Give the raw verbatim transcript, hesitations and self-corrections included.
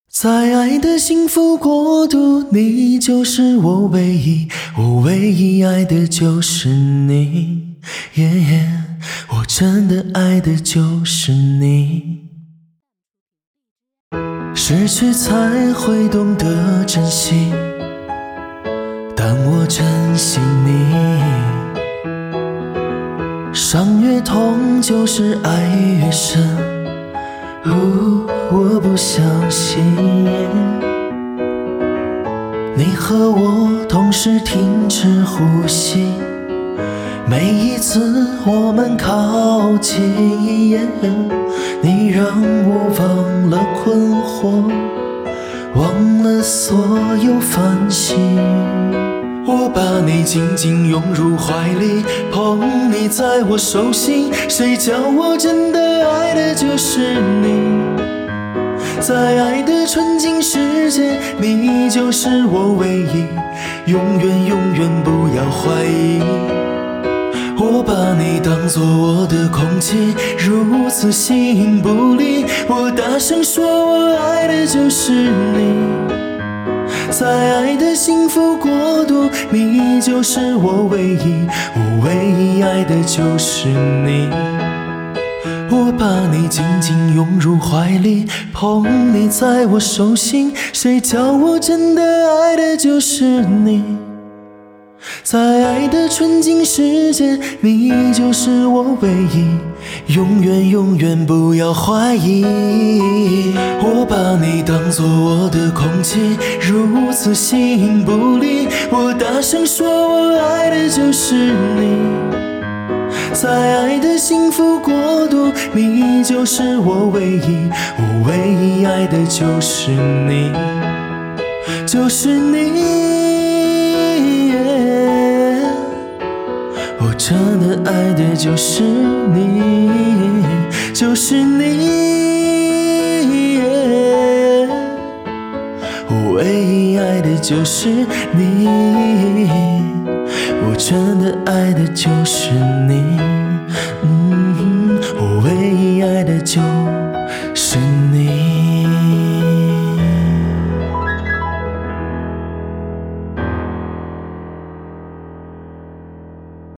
在爱的幸福国度，你就是我唯一，我唯一爱的就是你， yeah, yeah, 我真的爱的就是你。失去才会懂得珍惜，但我珍惜你。伤越痛就是爱越深，哦，我不相信你和我同时停止呼吸，每一次我们靠近，你让我忘了困惑，忘了所有烦心。我把你紧紧拥入怀里，捧你在我手心，谁叫我真的爱的就是你。在爱的纯净世界，你就是我唯一，永远永远不要怀疑。我把你当作我的空气，如此形影不离，我大声说我爱的就是你。在爱的幸福国度，你就是我唯一，我唯一爱的就是你。我把你紧紧拥入怀里，捧你在我手心，谁叫我真的爱的就是你。在爱的纯净世界，你就是我唯一，永远永远不要怀疑。我把你当作我的空气，如此形影不离，我大声说我爱的就是你。在爱的幸福国度，你就是我唯一，我唯一爱的就是你，就是你、yeah, 我真的爱的就是你，就是你、yeah, 我唯一爱的就是你，我真的爱的就是你、嗯、我唯一爱的就是你。